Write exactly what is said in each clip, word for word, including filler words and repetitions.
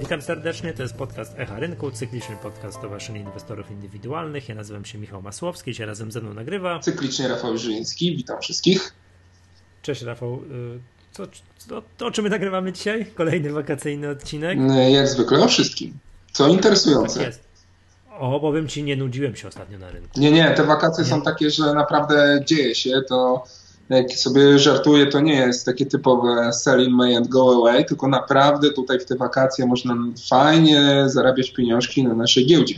Witam serdecznie, to jest podcast Echa Rynku, cykliczny podcast Stowarzyszenia Inwestorów Indywidualnych. Ja nazywam się Michał Masłowski, dzisiaj razem ze mną nagrywa. Cyklicznie Rafał Żyński, witam wszystkich. Cześć Rafał, co, co, to, o czym my nagrywamy dzisiaj? Kolejny wakacyjny odcinek? Jak zwykle o wszystkim, co interesujące. Tak jest. O, powiem Ci, nie nudziłem się ostatnio na rynku. Nie, nie, te wakacje nie. są takie, że naprawdę dzieje się, to jak sobie żartuję, to nie jest takie typowe sell in May and go away, tylko naprawdę tutaj w te wakacje można fajnie zarabiać pieniążki na naszej giełdzie.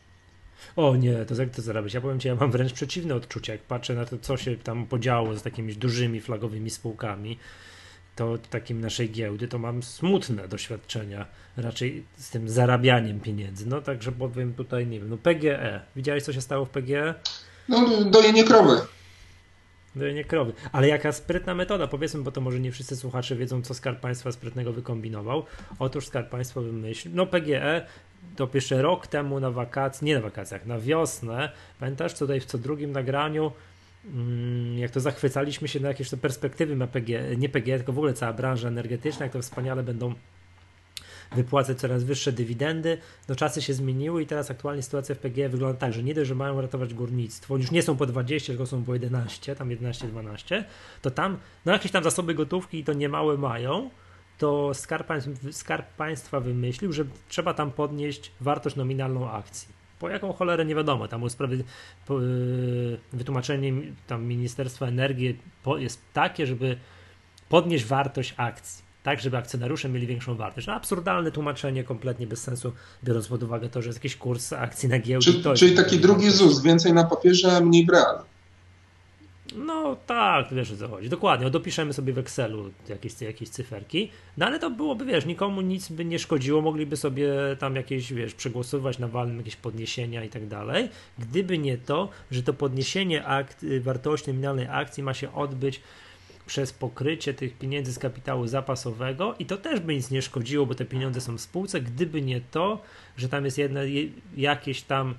O nie, to jak to zarabiać? Ja powiem Ci, ja mam wręcz przeciwne odczucia, jak patrzę na to, co się tam podziało z takimi dużymi flagowymi spółkami, to takim naszej giełdy, to mam smutne doświadczenia raczej z tym zarabianiem pieniędzy. No także powiem tutaj, nie wiem, no P G E. Widziałeś, co się stało w P G E? No dojenie krowy. Dojenie krowy. Ale jaka sprytna metoda, powiedzmy, bo to może nie wszyscy słuchacze wiedzą, co Skarb Państwa sprytnego wykombinował. Otóż Skarb Państwa wymyślił, no P G E to jeszcze rok temu na wakacje, nie na wakacjach, na wiosnę, pamiętasz, tutaj w co drugim nagraniu, jak to zachwycaliśmy się na jakieś to perspektywy na P G E, nie P G E, tylko w ogóle cała branża energetyczna, jak to wspaniale będą wypłacać coraz wyższe dywidendy. No czasy się zmieniły i teraz aktualnie sytuacja w P G E wygląda tak, że nie dość, że mają ratować górnictwo, już nie są po dwadzieścia, tylko są po jedenaście, tam jedenaście dwanaście, to tam, no jakieś tam zasoby gotówki i to niemałe mają, to Skarb Państwa, Skarb Państwa wymyślił, że trzeba tam podnieść wartość nominalną akcji. Po jaką cholerę nie wiadomo, tam usprawy, po, yy, wytłumaczenie tam Ministerstwa Energii jest takie, żeby podnieść wartość akcji, tak, żeby akcjonariusze mieli większą wartość. No absurdalne tłumaczenie, kompletnie bez sensu, biorąc pod uwagę to, że jest jakiś kurs akcji na giełdzie. Czy, to czyli taki drugi Z U S, więcej na papierze, a mniej w realu. No tak, wiesz o co chodzi. Dokładnie, dopiszemy sobie w Excelu jakieś, jakieś cyferki, no ale to byłoby, wiesz, nikomu nic by nie szkodziło, mogliby sobie tam jakieś, wiesz, przegłosować na walnym jakieś podniesienia i tak dalej, gdyby nie to, że to podniesienie akt, wartości nominalnej akcji ma się odbyć przez pokrycie tych pieniędzy z kapitału zapasowego i to też by nic nie szkodziło, bo te pieniądze są w spółce, gdyby nie to, że tam jest jedno, jakieś tam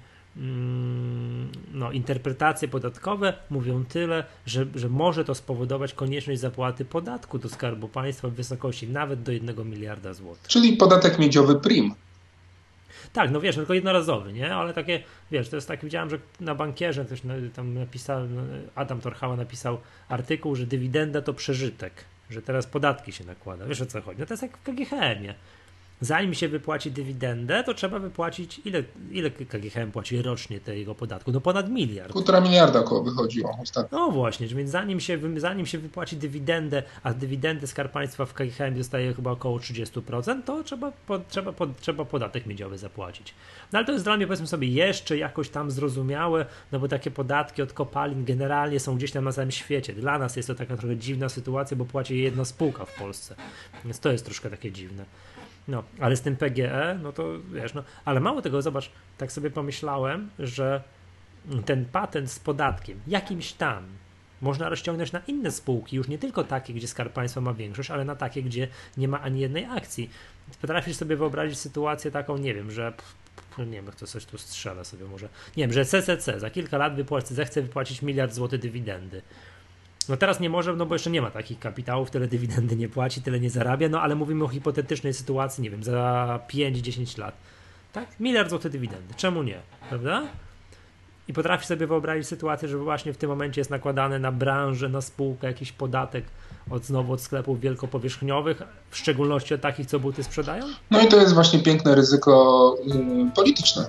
no, interpretacje podatkowe mówią tyle, że, że może to spowodować konieczność zapłaty podatku do Skarbu Państwa w wysokości nawet do jednego miliarda złotych. Czyli podatek miedziowy prim. Tak, no wiesz, no tylko jednorazowy, nie? Ale takie, wiesz, to jest tak, widziałem, że na Bankierze też tam napisał, Adam Torchała napisał artykuł, że dywidenda to przeżytek, że teraz podatki się nakłada. Wiesz o co chodzi? No to jest jak w K G H M-ie. Zanim się wypłaci dywidendę, to trzeba wypłacić, ile, ile K G H M płaci rocznie tego podatku? No ponad miliard. Półtora miliarda około wychodziło ostatnio. No właśnie, więc zanim się, zanim się wypłaci dywidendę, a dywidendę Skarb Państwa w K G H M dostaje chyba około trzydzieści procent, to trzeba, po, trzeba, po, trzeba podatek miedziowy zapłacić. No ale to jest dla mnie, powiedzmy sobie, jeszcze jakoś tam zrozumiałe, no bo takie podatki od kopalin generalnie są gdzieś tam na całym świecie. Dla nas jest to taka trochę dziwna sytuacja, bo płaci jedna spółka w Polsce, więc to jest troszkę takie dziwne. No, ale z tym P G E, no to wiesz, no, ale mało tego, zobacz, tak sobie pomyślałem, że ten patent z podatkiem, jakimś tam, można rozciągnąć na inne spółki, już nie tylko takie, gdzie Skarb Państwa ma większość, ale na takie, gdzie nie ma ani jednej akcji. Potrafisz sobie wyobrazić sytuację taką, nie wiem, że nie wiem, kto coś tu strzela sobie może, nie wiem, że C C C za kilka lat wypłaci, zechce wypłacić miliard złotych dywidendy. No teraz nie może, no bo jeszcze nie ma takich kapitałów, tyle dywidendy nie płaci, tyle nie zarabia, no ale mówimy o hipotetycznej sytuacji, nie wiem, za pięć dziesięć lat. Tak? Miliard złotych dywidendy. Czemu nie? Prawda? I potrafi sobie wyobrazić sytuację, że właśnie w tym momencie jest nakładany na branżę, na spółkę jakiś podatek od znowu od sklepów wielkopowierzchniowych, w szczególności od takich, co buty sprzedają? No i to jest właśnie piękne ryzyko yy, polityczne.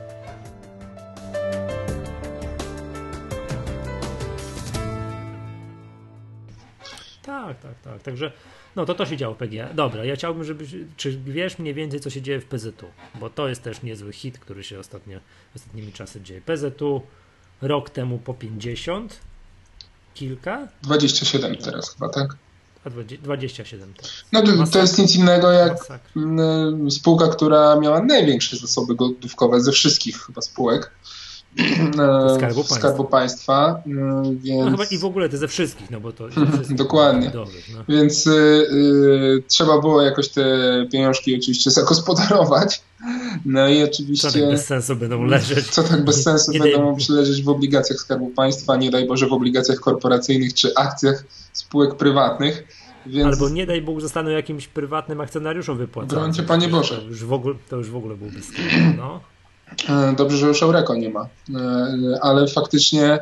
Tak, tak, tak. Także no to to się działo w P G E. Dobra, ja chciałbym, żebyś, czy wiesz mniej więcej, co się dzieje w P Z U, bo to jest też niezły hit, który się ostatnio, ostatnimi czasy dzieje. P Z U rok temu po pięćdziesiąt, kilka? dwadzieścia siedem teraz chyba, tak? A dwadzieścia siedem teraz. No to, to jest nic innego jak Masakra. Spółka, która miała największe zasoby gotówkowe ze wszystkich chyba spółek. Skarbu Państwa. Skarbu Państwa więc... No chyba i w ogóle to ze wszystkich, no bo to dokładnie. Dobrych, no. Więc y, y, trzeba było jakoś te pieniążki oczywiście zagospodarować. No i oczywiście... Co tak bez sensu będą leżeć. Co tak bez sensu nie będą daj... przyleżeć w obligacjach Skarbu Państwa, nie daj Boże w obligacjach korporacyjnych czy akcjach spółek prywatnych. Więc... Albo nie daj Bóg zostaną jakimś prywatnym akcjonariuszom wypłacone. Brońcie, Panie Boże. To już w ogóle, to już w ogóle byłby skandal, no. Dobrze, że już Eureko nie ma, ale faktycznie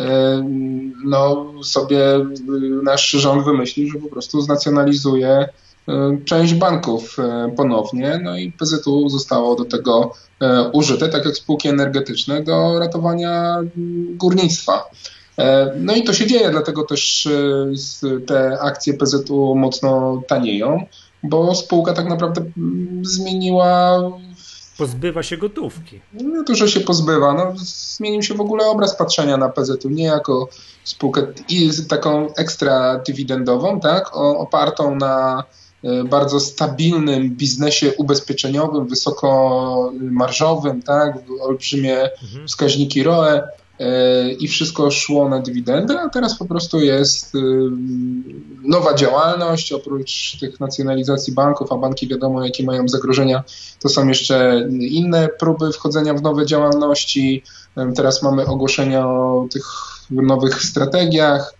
no sobie nasz rząd wymyślił, że po prostu znacjonalizuje część banków ponownie, no i P Z U zostało do tego użyte, tak jak spółki energetyczne, do ratowania górnictwa. No i to się dzieje, dlatego też te akcje P Z U mocno tanieją, bo spółka tak naprawdę zmieniła... Pozbywa się gotówki. No to, że się pozbywa. No, zmienił się w ogóle obraz patrzenia na P Z U, nie jako spółkę i taką ekstra dywidendową, tak, o, opartą na bardzo stabilnym biznesie ubezpieczeniowym, wysoko marżowym, tak, olbrzymie mhm. wskaźniki R O E yy, i wszystko szło na dywidendę, a teraz po prostu jest yy, nowa działalność, oprócz tych nacjonalizacji banków, a banki wiadomo jakie mają zagrożenia, to są jeszcze inne próby wchodzenia w nowe działalności, yy, teraz mamy ogłoszenia o tych nowych strategiach.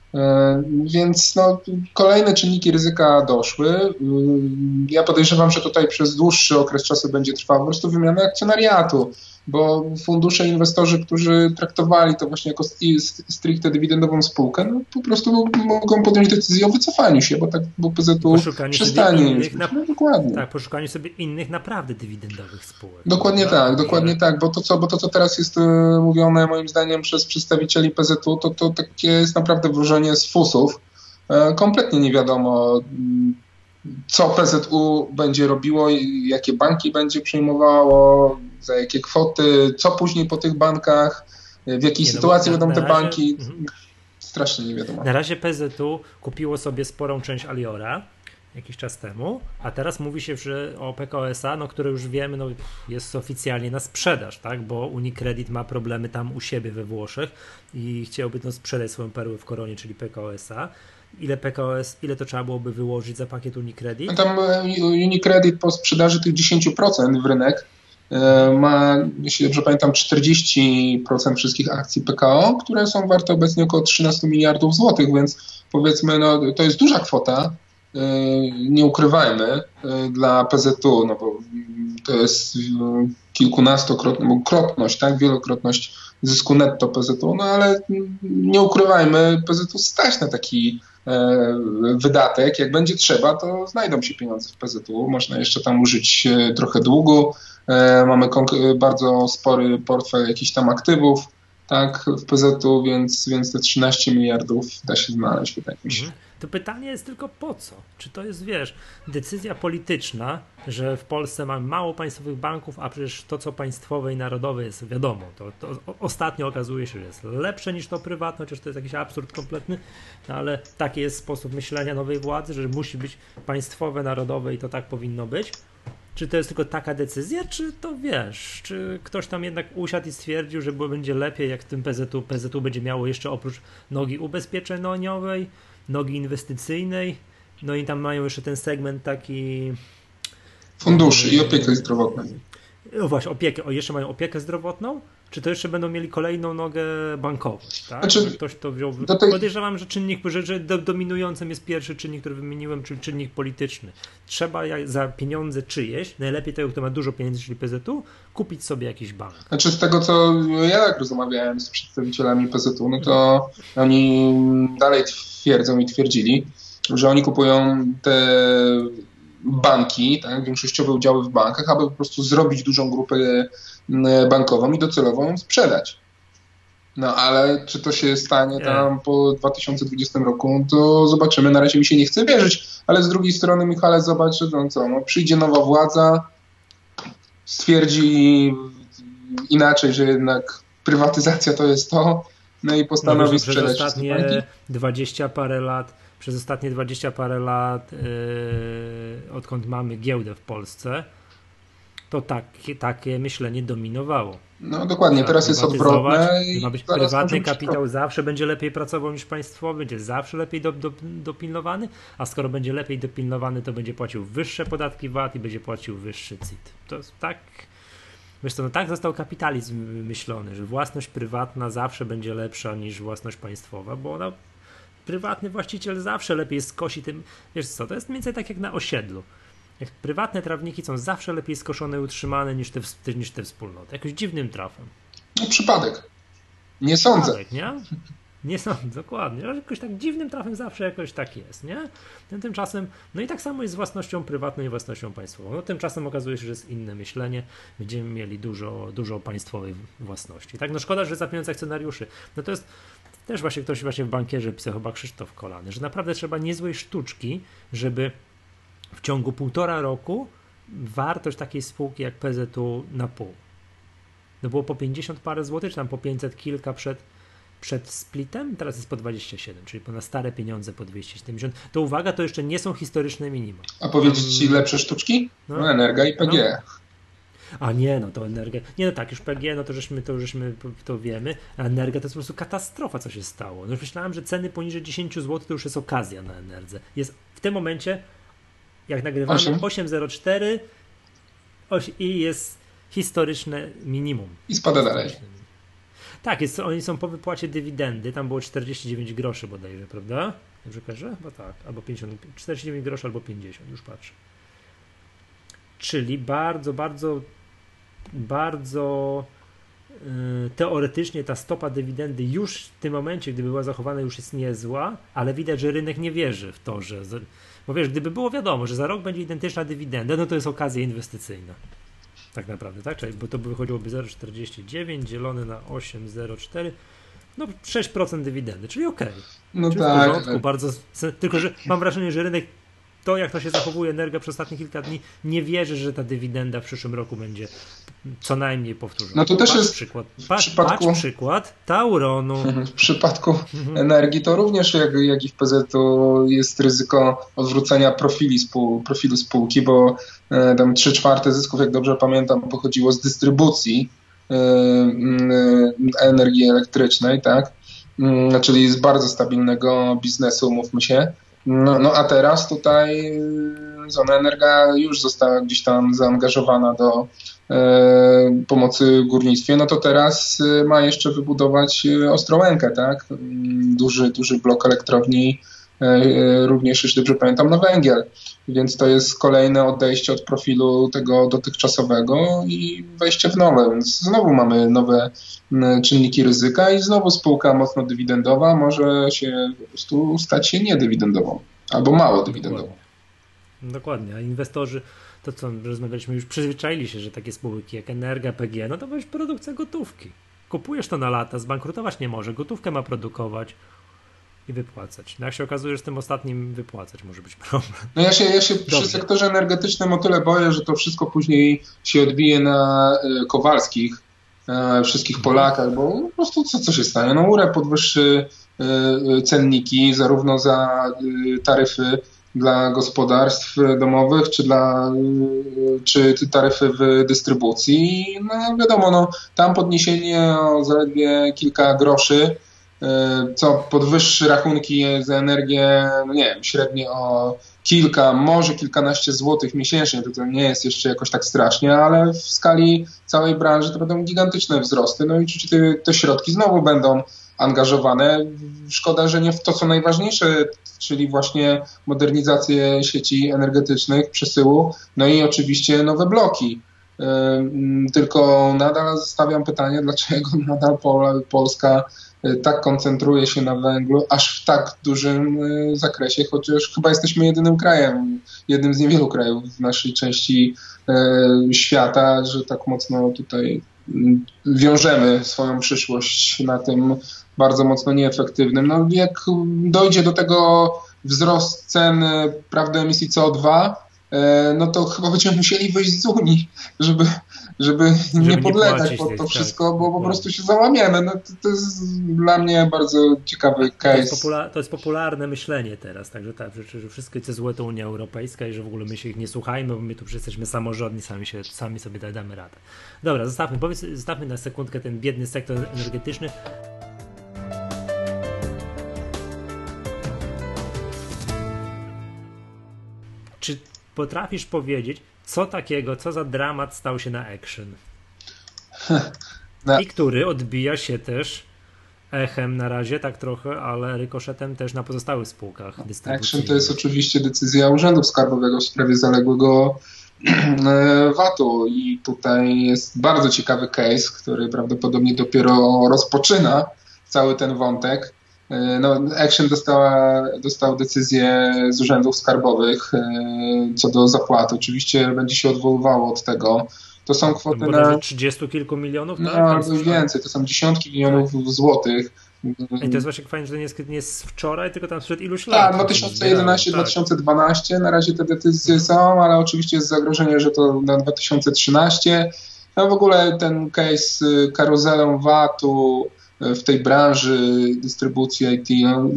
Więc no, kolejne czynniki ryzyka doszły. Ja podejrzewam, że tutaj przez dłuższy okres czasu będzie trwała po prostu wymiana akcjonariatu, bo fundusze, inwestorzy, którzy traktowali to właśnie jako stricte dywidendową spółkę, no, po prostu mogą podjąć decyzję o wycofaniu się, bo tak bo P Z U przestanie. Innych, na, no, dokładnie. Tak, poszukaniu sobie innych naprawdę dywidendowych spółek. Dokładnie tak, tak dokładnie tak, bo to, co, bo to, co teraz jest mówione moim zdaniem przez przedstawicieli P Z U, to, to takie jest naprawdę wróżenie z fusów. Kompletnie nie wiadomo, co P Z U będzie robiło, jakie banki będzie przejmowało, za jakie kwoty, co później po tych bankach, w jakiej nie, sytuacji no, będą te razie, banki. Mhm. Strasznie nie wiadomo. Na razie P Z U kupiło sobie sporą część Aliora jakiś czas temu, a teraz mówi się, że o P K O S A, no, które już wiemy, no, jest oficjalnie na sprzedaż, tak? Bo Unicredit ma problemy tam u siebie we Włoszech i chciałby no, sprzedać swoją perłę w koronie, czyli P K O S A. Ile P K O S, ile to trzeba byłoby wyłożyć za pakiet Unicredit? Tam Unicredit po sprzedaży tych dziesięć procent w rynek ma, jeśli dobrze pamiętam, czterdzieści procent wszystkich akcji P K O, które są warte obecnie około trzynaście miliardów złotych, więc powiedzmy, no, to jest duża kwota, nie ukrywajmy, dla P Z U, no bo to jest kilkunastokrotność, tak, wielokrotność zysku netto P Z U, no ale nie ukrywajmy, P Z U stać na taki wydatek, jak będzie trzeba, to znajdą się pieniądze w P Z U, można jeszcze tam użyć trochę długu, mamy bardzo spory portfel jakichś tam aktywów, tak, w P Z U, więc, więc te trzynaście miliardów da się znaleźć, wydaje mi się. To pytanie jest tylko po co? Czy to jest, wiesz, decyzja polityczna, że w Polsce mamy mało państwowych banków, a przecież to, co państwowe i narodowe jest, wiadomo, to, to ostatnio okazuje się, że jest lepsze niż to prywatne, chociaż to jest jakiś absurd kompletny, no ale taki jest sposób myślenia nowej władzy, że musi być państwowe, narodowe i to tak powinno być. Czy to jest tylko taka decyzja, czy to wiesz, czy ktoś tam jednak usiadł i stwierdził, że będzie lepiej, jak w tym P Z U, P Z U będzie miało jeszcze oprócz nogi ubezpieczeniowej, nogi inwestycyjnej, no i tam mają jeszcze ten segment taki... Funduszy i opiekę zdrowotną. No właśnie, opiekę, o jeszcze mają opiekę zdrowotną, czy to jeszcze będą mieli kolejną nogę bankową, tak? Znaczy, ktoś to wziął... Tej... Podejrzewam, że czynnik, że, że dominującym jest pierwszy czynnik, który wymieniłem, czyli czynnik polityczny. Trzeba za pieniądze czyjeś, najlepiej tego, kto ma dużo pieniędzy, czyli P Z U, kupić sobie jakiś bank. Znaczy z tego, co ja tak rozmawiałem z przedstawicielami P Z U, no to oni dalej twierdzą i twierdzili, że oni kupują te banki, tak, większościowe udziały w bankach, aby po prostu zrobić dużą grupę bankową i docelowo ją sprzedać. No ale czy to się stanie tam po dwa tysiące dwudziestym roku, to zobaczymy. Na razie mi się nie chce wierzyć, ale z drugiej strony, Michale, zobacz, no co, no, przyjdzie nowa władza, stwierdzi inaczej, że jednak prywatyzacja to jest to, no i postanowi no, sprzedać przez ostatnie dwadzieścia parę lat, przez ostatnie dwadzieścia parę lat, yy, odkąd mamy giełdę w Polsce, to takie, takie myślenie dominowało. No dokładnie, teraz jest odwrotne. I ma być prywatny kapitał, zawsze będzie lepiej pracował niż państwowy, będzie zawsze lepiej do, do, dopilnowany, a skoro będzie lepiej dopilnowany, to będzie płacił wyższe podatki V A T i będzie płacił wyższy C I T. To jest tak, wiesz co, no tak został kapitalizm myślony, że własność prywatna zawsze będzie lepsza niż własność państwowa, bo ona prywatny właściciel zawsze lepiej skosi tym, wiesz co, to jest mniej więcej tak jak na osiedlu. Jak prywatne trawniki są zawsze lepiej skoszone i utrzymane niż te, niż te wspólnoty. Jakoś dziwnym trafem. No przypadek. Nie sądzę. Przypadek, nie? Nie sądzę, dokładnie. Ale jakoś tak dziwnym trafem zawsze jakoś tak jest, nie? Tymczasem, no i tak samo jest z własnością prywatną i własnością państwową. No tymczasem okazuje się, że jest inne myślenie. Będziemy mieli dużo, dużo państwowej własności. Tak, no szkoda, że za pieniądze akcjonariuszy. No to jest też właśnie ktoś właśnie w Bankierze pisał, chyba Krzysztof Kolany, że naprawdę trzeba niezłej sztuczki, żeby w ciągu półtora roku wartość takiej spółki jak P Z U na pół. No było po pięćdziesiąt parę złotych, czy tam po pięćset kilka przed, przed splitem, teraz jest po dwadzieścia siedem, czyli po na stare pieniądze po dwieście siedemdziesiąt. To uwaga, to jeszcze nie są historyczne minima. A powiedzieć ci lepsze sztuczki? No, no Energa i P G. No. A nie, no to Energia. Nie, no tak, już P G, no to żeśmy, to żeśmy to wiemy. A Energia to jest po prostu katastrofa, co się stało. No już myślałem, że ceny poniżej dziesięć złotych to już jest okazja na Enerdze. Jest w tym momencie, jak nagrywamy, osiem zero cztery i jest historyczne minimum. I spada dalej. Tak, jest, oni są po wypłacie dywidendy, tam było czterdzieści dziewięć groszy bodajże, prawda? Dobrze kojarzę? Bo tak, albo pięćdziesiąt, czterdzieści dziewięć groszy, albo pięćdziesiąt, już patrzę. Czyli bardzo, bardzo, bardzo yy, teoretycznie ta stopa dywidendy już w tym momencie, gdyby była zachowana, już jest niezła, ale widać, że rynek nie wierzy w to, że, bo wiesz, gdyby było wiadomo, że za rok będzie identyczna dywidenda, no to jest okazja inwestycyjna. Tak naprawdę, tak? Czyli, bo to by wychodziłoby zero przecinek czterdzieści dziewięć dzielone na osiem przecinek zero cztery, no sześć procent dywidendy, czyli okej. Okay. No czyli tak. W porządku, bardzo, tylko że mam wrażenie, że rynek, to jak to się zachowuje Energa przez ostatnie kilka dni, nie wierzy, że ta dywidenda w przyszłym roku będzie co najmniej powtórzona. No to też patrz jest przykład, w patrz, przypadku... patrz przykład Tauronu. W przypadku Energii to również jak, jak i w P Z U jest ryzyko odwrócenia profili spół, profilu spółki, bo e, tam trzy czwarte zysków, jak dobrze pamiętam, pochodziło z dystrybucji e, e, energii elektrycznej, tak? E, czyli z bardzo stabilnego biznesu, mówmy się. No, no a teraz tutaj Zona Energa już została gdzieś tam zaangażowana do e, pomocy w górnictwie, no to teraz ma jeszcze wybudować Ostrołękę, tak? Duży, duży blok elektrowni, e, również, jeśli dobrze pamiętam, na węgiel. Więc to jest kolejne odejście od profilu tego dotychczasowego i wejście w nowe. Więc znowu mamy nowe czynniki ryzyka i znowu spółka mocno dywidendowa może się po prostu stać się niedywidendową albo mało dywidendową. Dokładnie. Dokładnie, a inwestorzy, to co rozmawialiśmy, już przyzwyczaili się, że takie spółki jak Energa, P G, no to jest produkcja gotówki. Kupujesz to na lata, zbankrutować nie może, gotówkę ma produkować i wypłacać. No jak się okazuje, że z tym ostatnim wypłacać może być problem. No ja się, ja się przy sektorze energetycznym o tyle boję, że to wszystko później się odbije na y, Kowalskich, y, wszystkich Polakach, bo po prostu co, co się stanie? No U R E podwyższy y, cenniki zarówno za y, taryfy dla gospodarstw domowych, czy dla czy taryfy w dystrybucji. No wiadomo, no, tam podniesienie o zaledwie kilka groszy, co podwyższy rachunki za energię, no nie wiem, średnio o kilka, może kilkanaście złotych miesięcznie, to, to nie jest jeszcze jakoś tak strasznie, ale w skali całej branży to będą gigantyczne wzrosty, no i oczywiście te, te środki znowu będą angażowane. Szkoda, że nie w to, co najważniejsze, czyli właśnie modernizację sieci energetycznych, przesyłu, no i oczywiście nowe bloki. Tylko nadal stawiam pytanie, dlaczego nadal Polska tak koncentruje się na węglu, aż w tak dużym zakresie, chociaż chyba jesteśmy jedynym krajem, jednym z niewielu krajów w naszej części świata, że tak mocno tutaj wiążemy swoją przyszłość na tym bardzo mocno nieefektywnym. No jak dojdzie do tego wzrost cen, prawda, emisji C O dwa, no to chyba będziemy musieli wyjść z Unii, żeby, żeby, żeby nie podlegać pod to wszystko, bo po prostu się załamiemy. No to, to jest dla mnie bardzo ciekawy case. To jest, popula- to jest popularne myślenie teraz, także tak, że, że wszystko co złe to Unia Europejska i że w ogóle my się ich nie słuchajmy, bo my tu jesteśmy samorządni, sami, się, sami sobie damy radę. Dobra, zostawmy, powiedz, zostawmy na sekundkę ten biedny sektor energetyczny. Czy potrafisz powiedzieć, co takiego, co za dramat stał się na Action? Na... I który odbija się też echem na razie, tak trochę, ale rykoszetem też na pozostałych spółkach dystrybucyjnych. Action to jest oczywiście decyzja Urzędu Skarbowego w sprawie zaległego V A T-u i tutaj jest bardzo ciekawy case, który prawdopodobnie dopiero rozpoczyna cały ten wątek. No, Action dostała, dostał decyzję z urzędów skarbowych co do zapłaty. Oczywiście będzie się odwoływało od tego. To są kwoty to na trzydziestu kilku milionów, tak? No, albo więcej, to są dziesiątki milionów tak. złotych. I to jest właśnie fajnie, że to nie jest, nie jest z wczoraj, tylko tam sprzed iluś lat. Tak, dwa tysiące jedenaście dwa tysiące dwanaście tak. Na razie te decyzje mhm. są, ale oczywiście jest zagrożenie, że to na dwa tysiące trzynaście. No w ogóle ten case karuzelą V A T-u w tej branży dystrybucji I T, no,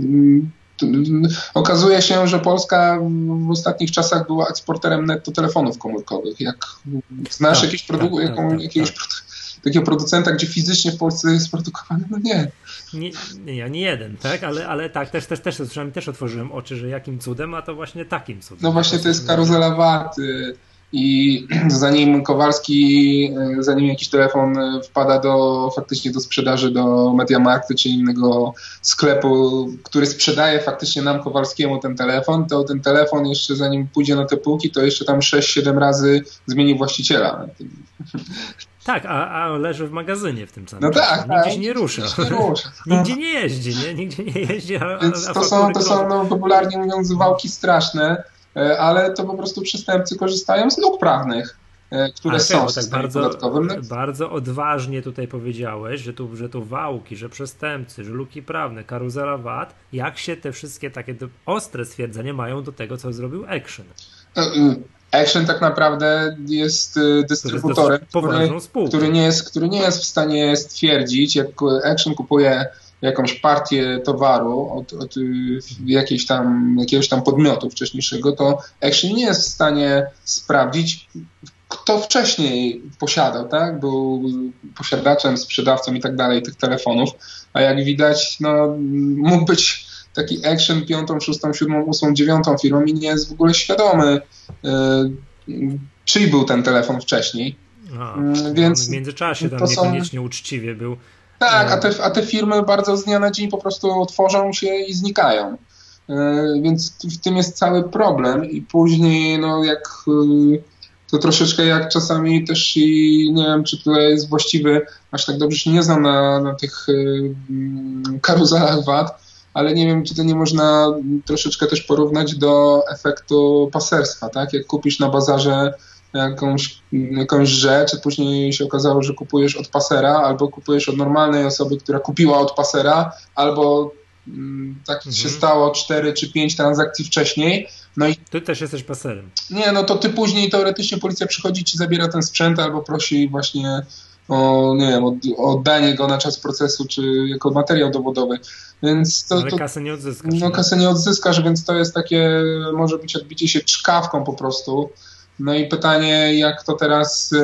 okazuje się, że Polska w ostatnich czasach była eksporterem netto telefonów komórkowych. Jak znasz tak, jakieś produ- tak, jaką, tak, jakiegoś tak. Produ- takiego producenta, gdzie fizycznie w Polsce jest produkowany? No nie. Nie, nie, ja nie jeden, tak? Ale, ale tak, też, też, też, też otworzyłem oczy, że jakim cudem, a to właśnie takim cudem. No właśnie to jest karuzela V A T i zanim Kowalski, zanim jakiś telefon wpada do faktycznie do sprzedaży do MediaMarktu czy innego sklepu, który sprzedaje faktycznie nam Kowalskiemu ten telefon, to ten telefon jeszcze zanim pójdzie na te półki, to jeszcze tam sześć siedem razy zmieni właściciela. Tak, a, a leży w magazynie w tym samym No tak, Nigdzie tak, się nie rusza. Nie rusza. Nigdzie nie jeździ, nie? Nigdzie nie jeździ. A, Więc a to są, to są no, popularnie mówiąc wałki straszne, ale to po prostu przestępcy korzystają z luk prawnych, które ale są w tak systemie bardzo, podatkowym. Bardzo odważnie tutaj powiedziałeś, że tu, że tu wałki, że przestępcy, że luki prawne, karuzela V A T, jak się te wszystkie takie ostre stwierdzenia mają do tego, co zrobił Action? Action tak naprawdę jest dystrybutorem, który, który, nie jest, który nie jest w stanie stwierdzić, jak Action kupuje jakąś partię towaru od, od jakiejś tam, jakiegoś tam podmiotu wcześniejszego, to Action nie jest w stanie sprawdzić, kto wcześniej posiadał, tak? Był posiadaczem, sprzedawcą i tak dalej tych telefonów, a jak widać, no, mógł być taki Action piątą, szóstą, siódmą, ósmą, dziewiątą firmą i nie jest w ogóle świadomy, yy, czyj był ten telefon wcześniej. A, Więc w międzyczasie tam niekoniecznie są... uczciwie był. Tak, a te, a te firmy bardzo z dnia na dzień po prostu tworzą się i znikają. Yy, więc w tym jest cały problem i później, no jak yy, to troszeczkę jak czasami też i nie wiem, czy to jest właściwy, aż tak dobrze się nie znam na, na tych yy, karuzelach V A T, ale nie wiem, czy to nie można troszeczkę też porównać do efektu paserstwa, tak? Jak kupisz na bazarze jakąś, jakąś rzecz, a później się okazało, że kupujesz od pasera, albo kupujesz od normalnej osoby, która kupiła od pasera, albo mm, tak mhm. się stało cztery czy pięć transakcji wcześniej. No i ty też jesteś paserem. Nie, no to ty później teoretycznie policja przychodzi, ci zabiera ten sprzęt, albo prosi właśnie o, nie wiem, o, o oddanie go na czas procesu, czy jako materiał dowodowy. Więc to, ale to, kasę nie odzyskasz. No kasę nie odzyskasz, więc to jest takie, może być odbicie się czkawką po prostu. No i pytanie, jak to teraz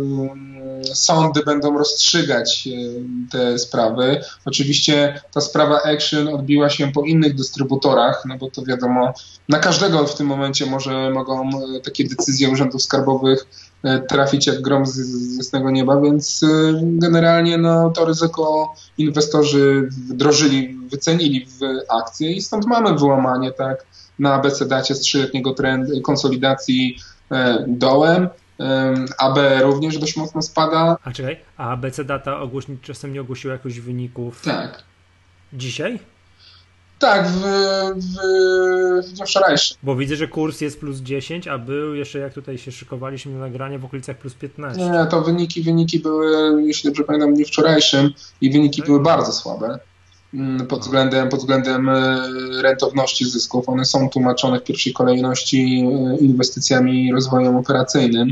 y, sądy będą rozstrzygać y, te sprawy. Oczywiście ta sprawa Action odbiła się po innych dystrybutorach, no bo to wiadomo, na każdego w tym momencie może mogą y, takie decyzje urzędów skarbowych y, trafić jak grom z, z jasnego nieba, więc y, generalnie no, to ryzyko inwestorzy wdrożyli, wycenili w akcje i stąd mamy wyłamanie tak na abecedacie z trzyletniego trendu konsolidacji dołem. A B również dość mocno spada. A czekaj, a A B C Data ogłośni, czasem nie ogłosiła jakoś wyników tak. dzisiaj? Tak, w, w, w dniu wczorajszym. Bo widzę, że kurs jest plus dziesięć, a był jeszcze, jak tutaj się szykowaliśmy na nagranie, w okolicach plus piętnaście. Nie, to wyniki, wyniki były, jeśli dobrze pamiętam, w dniu wczorajszym i wyniki tak. były bardzo słabe. Pod względem, pod względem rentowności zysków. One są tłumaczone w pierwszej kolejności inwestycjami i rozwojem operacyjnym.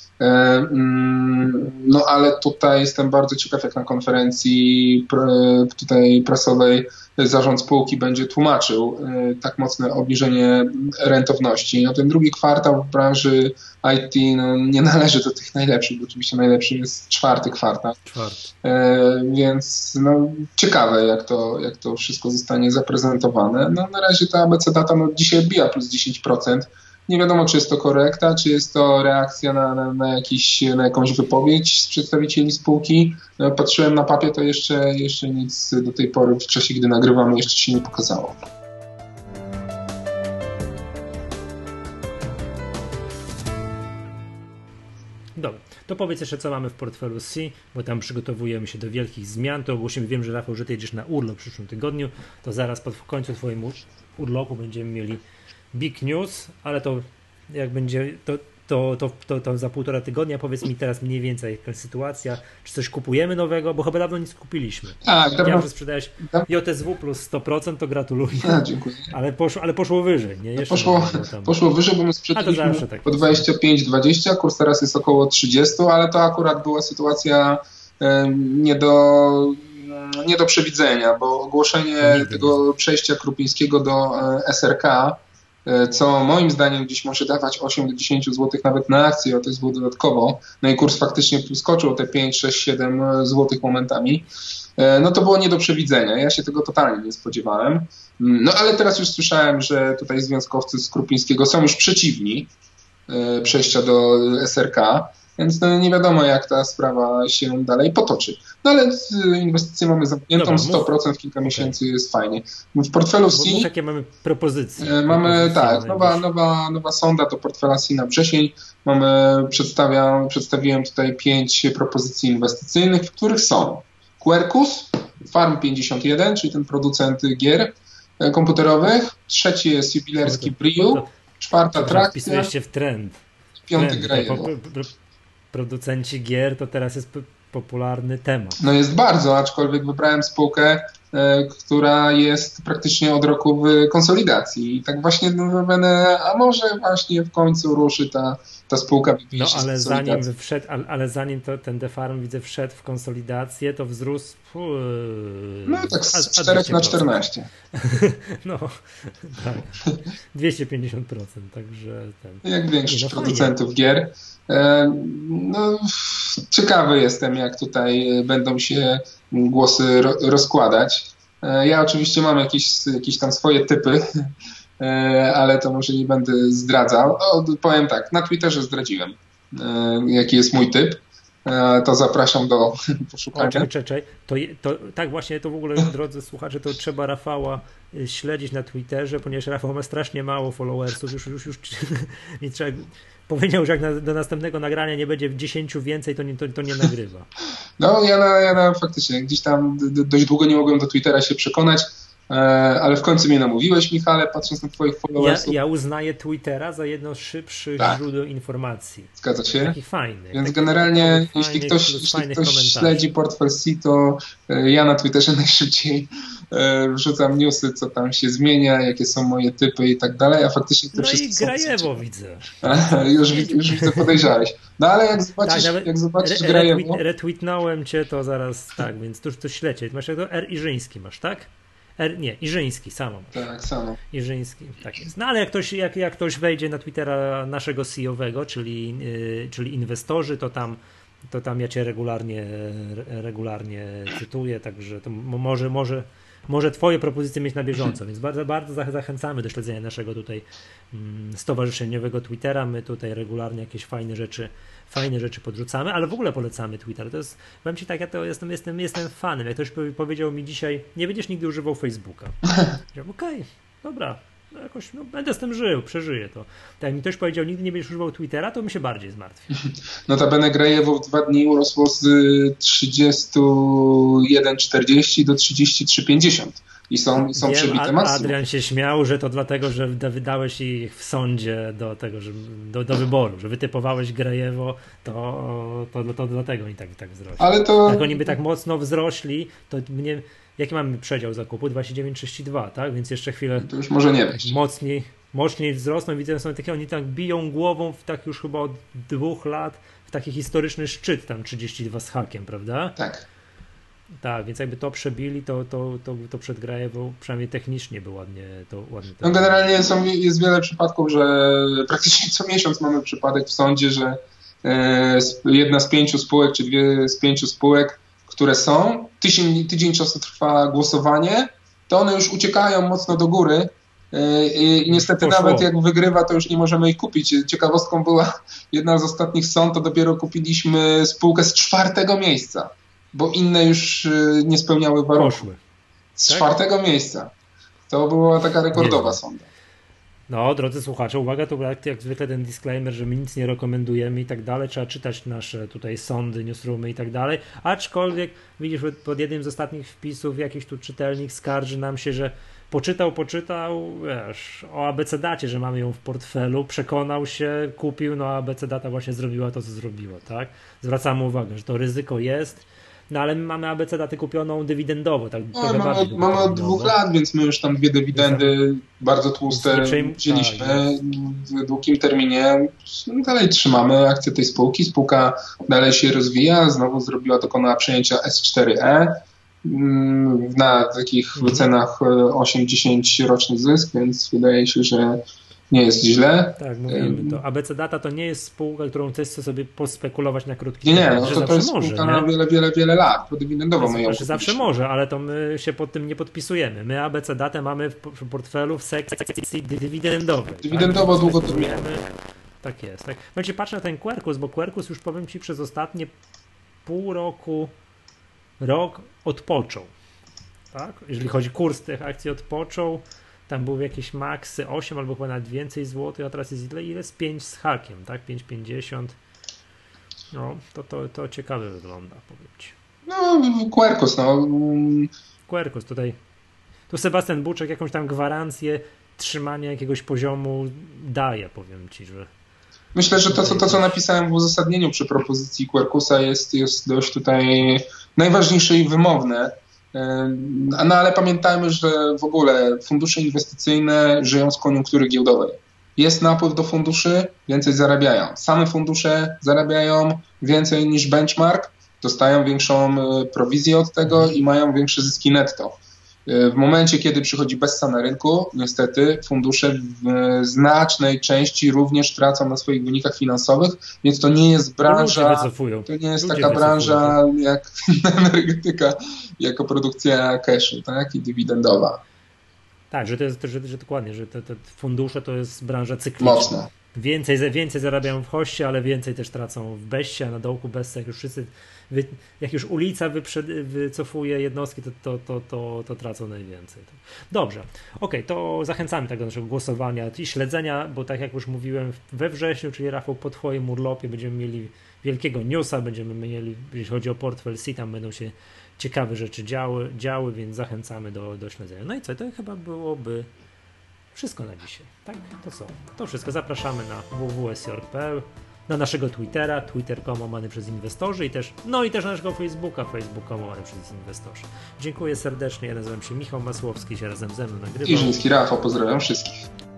No ale tutaj jestem bardzo ciekaw, jak na konferencji tutaj prasowej zarząd spółki będzie tłumaczył tak mocne obniżenie rentowności. No ten drugi kwartał w branży I T no, nie należy do tych najlepszych, bo oczywiście najlepszy jest czwarty kwartał. Czwarty. Więc no, ciekawe, jak to, jak to wszystko zostanie zaprezentowane. No na razie ta A B C Data no, dzisiaj odbija plus dziesięć procent. Nie wiadomo, czy jest to korekta, czy jest to reakcja na, na, na, jakiś, na jakąś wypowiedź z przedstawicieli spółki. Patrzyłem na papier, to jeszcze, jeszcze nic do tej pory, w czasie, gdy nagrywamy, jeszcze się nie pokazało. Dobra, to powiedz jeszcze, co mamy w portfelu C, bo tam przygotowujemy się do wielkich zmian. To ogłosimy, wiem, że Rafał, że ty jedziesz na urlop w przyszłym tygodniu, to zaraz pod w końcu twojego urlopu będziemy mieli big news, ale to jak będzie, to, to, to, to, to za półtora tygodnia. Powiedz mi teraz mniej więcej jaka sytuacja, czy coś kupujemy nowego, bo chyba dawno nic kupiliśmy. Tak, ja dawno. że sprzedałeś J S W plus sto procent, to gratuluję. A, dziękuję. Ale poszło, ale poszło wyżej. Nie? Jeszcze poszło, tam... poszło wyżej, bo my sprzedaliśmy tak po dwadzieścia pięć dwadzieścia, kurs teraz jest około trzydzieści, ale to akurat była sytuacja e, nie do nie do przewidzenia, bo ogłoszenie tego przejścia Krupińskiego do e, S R K, e, co moim zdaniem gdzieś może dawać osiem do dziesięciu złotych nawet na akcję, a to jest było dodatkowo, no i kurs faktycznie skoczył o te pięć, sześć, siedem złotych momentami, e, no to było nie do przewidzenia. Ja się tego totalnie nie spodziewałem. No ale teraz już słyszałem, że tutaj związkowcy z Krupińskiego są już przeciwni e, przejścia do S R K, więc no, nie wiadomo, jak ta sprawa się dalej potoczy. No ale inwestycję mamy zamkniętą, Dobra, sto procent w kilka okay. miesięcy jest fajnie. W portfelu C... Mów, jakie mamy propozycje. Mamy, propozycje tak, nowa, nowa, nowa sonda do portfela C na wrzesień. Mamy, przedstawiam, przedstawiłem tutaj pięć propozycji inwestycyjnych, w których są Quercus, Farm pięćdziesiąt jeden, czyli ten producent gier komputerowych. Trzeci jest jubilerski Briu. Czwarta Trakcja. Wpisujesz się w trend. Piąty Grajewo. Producenci gier to teraz jest popularny temat. No jest bardzo, aczkolwiek wybrałem spółkę, e, która jest praktycznie od roku w konsolidacji. I tak właśnie no, będę, a może właśnie w końcu ruszy ta, ta spółka. No ale zanim wszedł, ale, ale zanim to ten Defarm widzę wszedł w konsolidację, to wzrósł puu, no tak z czterech na czternaście. No tak, dwieście pięćdziesiąt procent, także ten. Jak większość no, producentów fajnie. Gier. E, no ciekawy jestem, jak tutaj będą się głosy ro, rozkładać. E, ja oczywiście mam jakieś, jakieś tam swoje typy, e, ale to może nie będę zdradzał. No, powiem tak, na Twitterze zdradziłem, e, jaki jest mój typ. E, to zapraszam do poszukania. O, czekaj, czekaj. To, to, tak właśnie, to w ogóle, drodzy słuchacze, to trzeba Rafała śledzić na Twitterze, ponieważ Rafał ma strasznie mało followersów, już, już, już nie trzeba... Powiedział, że jak na, do następnego nagrania nie będzie w dziesięciu więcej, to nie, to, to nie nagrywa. No ja, na, ja na, faktycznie gdzieś tam dość długo nie mogłem do Twittera się przekonać, e, ale w końcu mnie namówiłeś, Michale, patrząc na twoich followersów. Ja, ja uznaję Twittera za jedno z szybszych tak. źródeł informacji. Zgadza się. Taki fajny. Więc taki generalnie fajnych, jeśli ktoś, jeśli ktoś śledzi portfel C, to e, ja na Twitterze najszybciej e, wrzucam newsy, co tam się zmienia, jakie są moje typy i tak dalej, a faktycznie te no wszystkie i Grajewo widzę. już, już widzę, podejrzałeś. No ale jak zobaczysz, tak, jak zobaczysz re, Grajewo... Retweetnąłem cię, to zaraz tak, więc tu to ślecie. Masz jak to R. Iżyński masz, tak? R, nie, Iżyński, samo. Tak, samo. Iżyński, tak jest. No ale jak ktoś, jak, jak ktoś wejdzie na Twittera naszego C E O-wego, czyli, yy, czyli inwestorzy, to tam, to tam ja cię regularnie, regularnie cytuję, także to może, może, może twoje propozycje mieć na bieżąco, więc bardzo, bardzo zachęcamy do śledzenia naszego tutaj mm, stowarzyszeniowego Twittera. My tutaj regularnie jakieś fajne rzeczy fajne rzeczy podrzucamy, ale w ogóle polecamy Twitter. To jest, powiem ci tak, ja to jestem, jestem, jestem fanem. Jak ktoś powiedział mi dzisiaj, nie będziesz nigdy używał Facebooka. Okej, okay, dobra, no jakoś no, będę z tym żył, przeżyję to. Tak jak mi ktoś powiedział, nigdy nie będziesz używał Twittera, to mi się bardziej zmartwi. Notabene Grajewo w dwa dni urosło z trzydzieści jeden czterdzieści do trzydzieści trzy pięćdziesiąt. I są, są Wiem, przebite maksimum. Adrian się śmiał, że to dlatego, że wydałeś ich w sądzie do tego, że do, do wyboru, że wytypowałeś Grajewo, to, to, to, to dlatego oni tak, tak wzrośli. Ale to... Jak oni by tak mocno wzrośli, to mnie, jaki mamy przedział zakupu? dwadzieścia dziewięć trzydzieści dwa, tak? Więc jeszcze chwilę to już może nie być. Mocniej, mocniej wzrosną. Widzę, że są takie, oni tak biją głową w tak już chyba od dwóch lat w taki historyczny szczyt, tam trzydzieści dwa z hakiem, prawda? Tak. Tak, więc jakby to przebili, to, to, to, to przed Grajewo przynajmniej technicznie by ładnie to ładnie. No generalnie są, jest wiele przypadków, że praktycznie co miesiąc mamy przypadek w sądzie, że jedna z pięciu spółek, czy dwie z pięciu spółek, które są, tydzień, tydzień czasu trwa głosowanie, to one już uciekają mocno do góry I, i niestety Poszło. Nawet jak wygrywa, to już nie możemy ich kupić. Ciekawostką była jedna z ostatnich sąd, to dopiero kupiliśmy spółkę z czwartego miejsca, bo inne już nie spełniały warunków. Poszły. Z tak? czwartego miejsca. To była taka rekordowa nie sonda. No, drodzy słuchacze, uwaga, to jak, jak zwykle ten disclaimer, że my nic nie rekomendujemy i tak dalej, trzeba czytać nasze tutaj sądy, newsroomy i tak dalej, aczkolwiek widzisz, pod jednym z ostatnich wpisów jakiś tu czytelnik skarży nam się, że poczytał, poczytał, wiesz, o abecedacie, że mamy ją w portfelu, przekonał się, kupił, no a abecedata właśnie zrobiła to, co zrobiła, tak? Zwracamy uwagę, że to ryzyko jest, no ale my mamy abecedatę kupioną dywidendowo. Tak, no, mamy, mamy od dwóch lat, więc my już tam dwie dywidendy bardzo tłuste wzięliśmy tak, w długim terminie. No, dalej trzymamy akcję tej spółki. Spółka dalej się rozwija, znowu zrobiła, dokonała przejęcia S cztery E na takich mhm. cenach osiem dziesięć roczny zysk, więc wydaje się, że nie jest źle. Tak, mówimy to. Abecedata to nie jest spółka, którą chcesz sobie pospekulować na krótki czas. Nie, nie, no to, to jest spółka może, na wiele, wiele, wiele lat. Dywidendowo my ją znaczy, zawsze może, ale to my się pod tym nie podpisujemy. My abecedatę mamy w portfelu w sekcji dywidendowej. Dywidendowo tak? długoterminowo. Tak jest. Tak. No ci patrzę na ten Quercus, bo Quercus już powiem ci przez ostatnie pół roku, rok odpoczął. Tak? Jeżeli chodzi kurs tych akcji odpoczął, tam były jakieś maksy osiem albo chyba nawet więcej złotych, a teraz jest ile? Ile? Z pięć z hakiem, tak? pięć pięćdziesiąt. No, to, to, to ciekawe wygląda, powiem ci. No, Quercus, no. Quercus, tutaj. Tu Sebastian Buczek jakąś tam gwarancję trzymania jakiegoś poziomu daje, powiem ci, że. Myślę, że to, co, to, co napisałem w uzasadnieniu przy propozycji Quercusa jest, jest dość tutaj najważniejsze i wymowne. No ale pamiętajmy, że w ogóle fundusze inwestycyjne żyją z koniunktury giełdowej. Jest napływ do funduszy, więcej zarabiają. Same fundusze zarabiają więcej niż benchmark, dostają większą prowizję od tego i mają większe zyski netto. W momencie, kiedy przychodzi bezsa na rynku, niestety fundusze w znacznej części również tracą na swoich wynikach finansowych, więc to nie jest branża, to nie jest Ludzie taka wycofują. branża jak energetyka, jako produkcja cashu, tak, i dywidendowa. Tak, że to jest, że, że dokładnie, że te, te fundusze to jest branża cykliczna. Mocno. Więcej, więcej zarabiają w hoście, ale więcej też tracą w bessie, a na dołku bessa, jak już wszyscy, wy, jak już ulica wyprzed, wycofuje jednostki, to, to, to, to, to tracą najwięcej. Dobrze, okej, okay, to zachęcamy tak do naszego głosowania i śledzenia, bo tak jak już mówiłem, we wrześniu, czyli Rafał, po twoim urlopie będziemy mieli wielkiego newsa, będziemy mieli, jeśli chodzi o portfel C, tam będą się ciekawe rzeczy działy, działy, więc zachęcamy do, do śledzenia. No i co, to chyba byłoby wszystko na dzisiaj. Tak? To co? To wszystko. Zapraszamy na w w s j o r kropka p l, na naszego Twittera, twitter kropka com łamany przez inwestorzy i też, no i też na naszego Facebooka, facebook kropka com łamany przez inwestorzy. Dziękuję serdecznie. Ja nazywam się Michał Masłowski, się razem ze mną nagrywał. I Żyński Rafał, pozdrawiam wszystkich.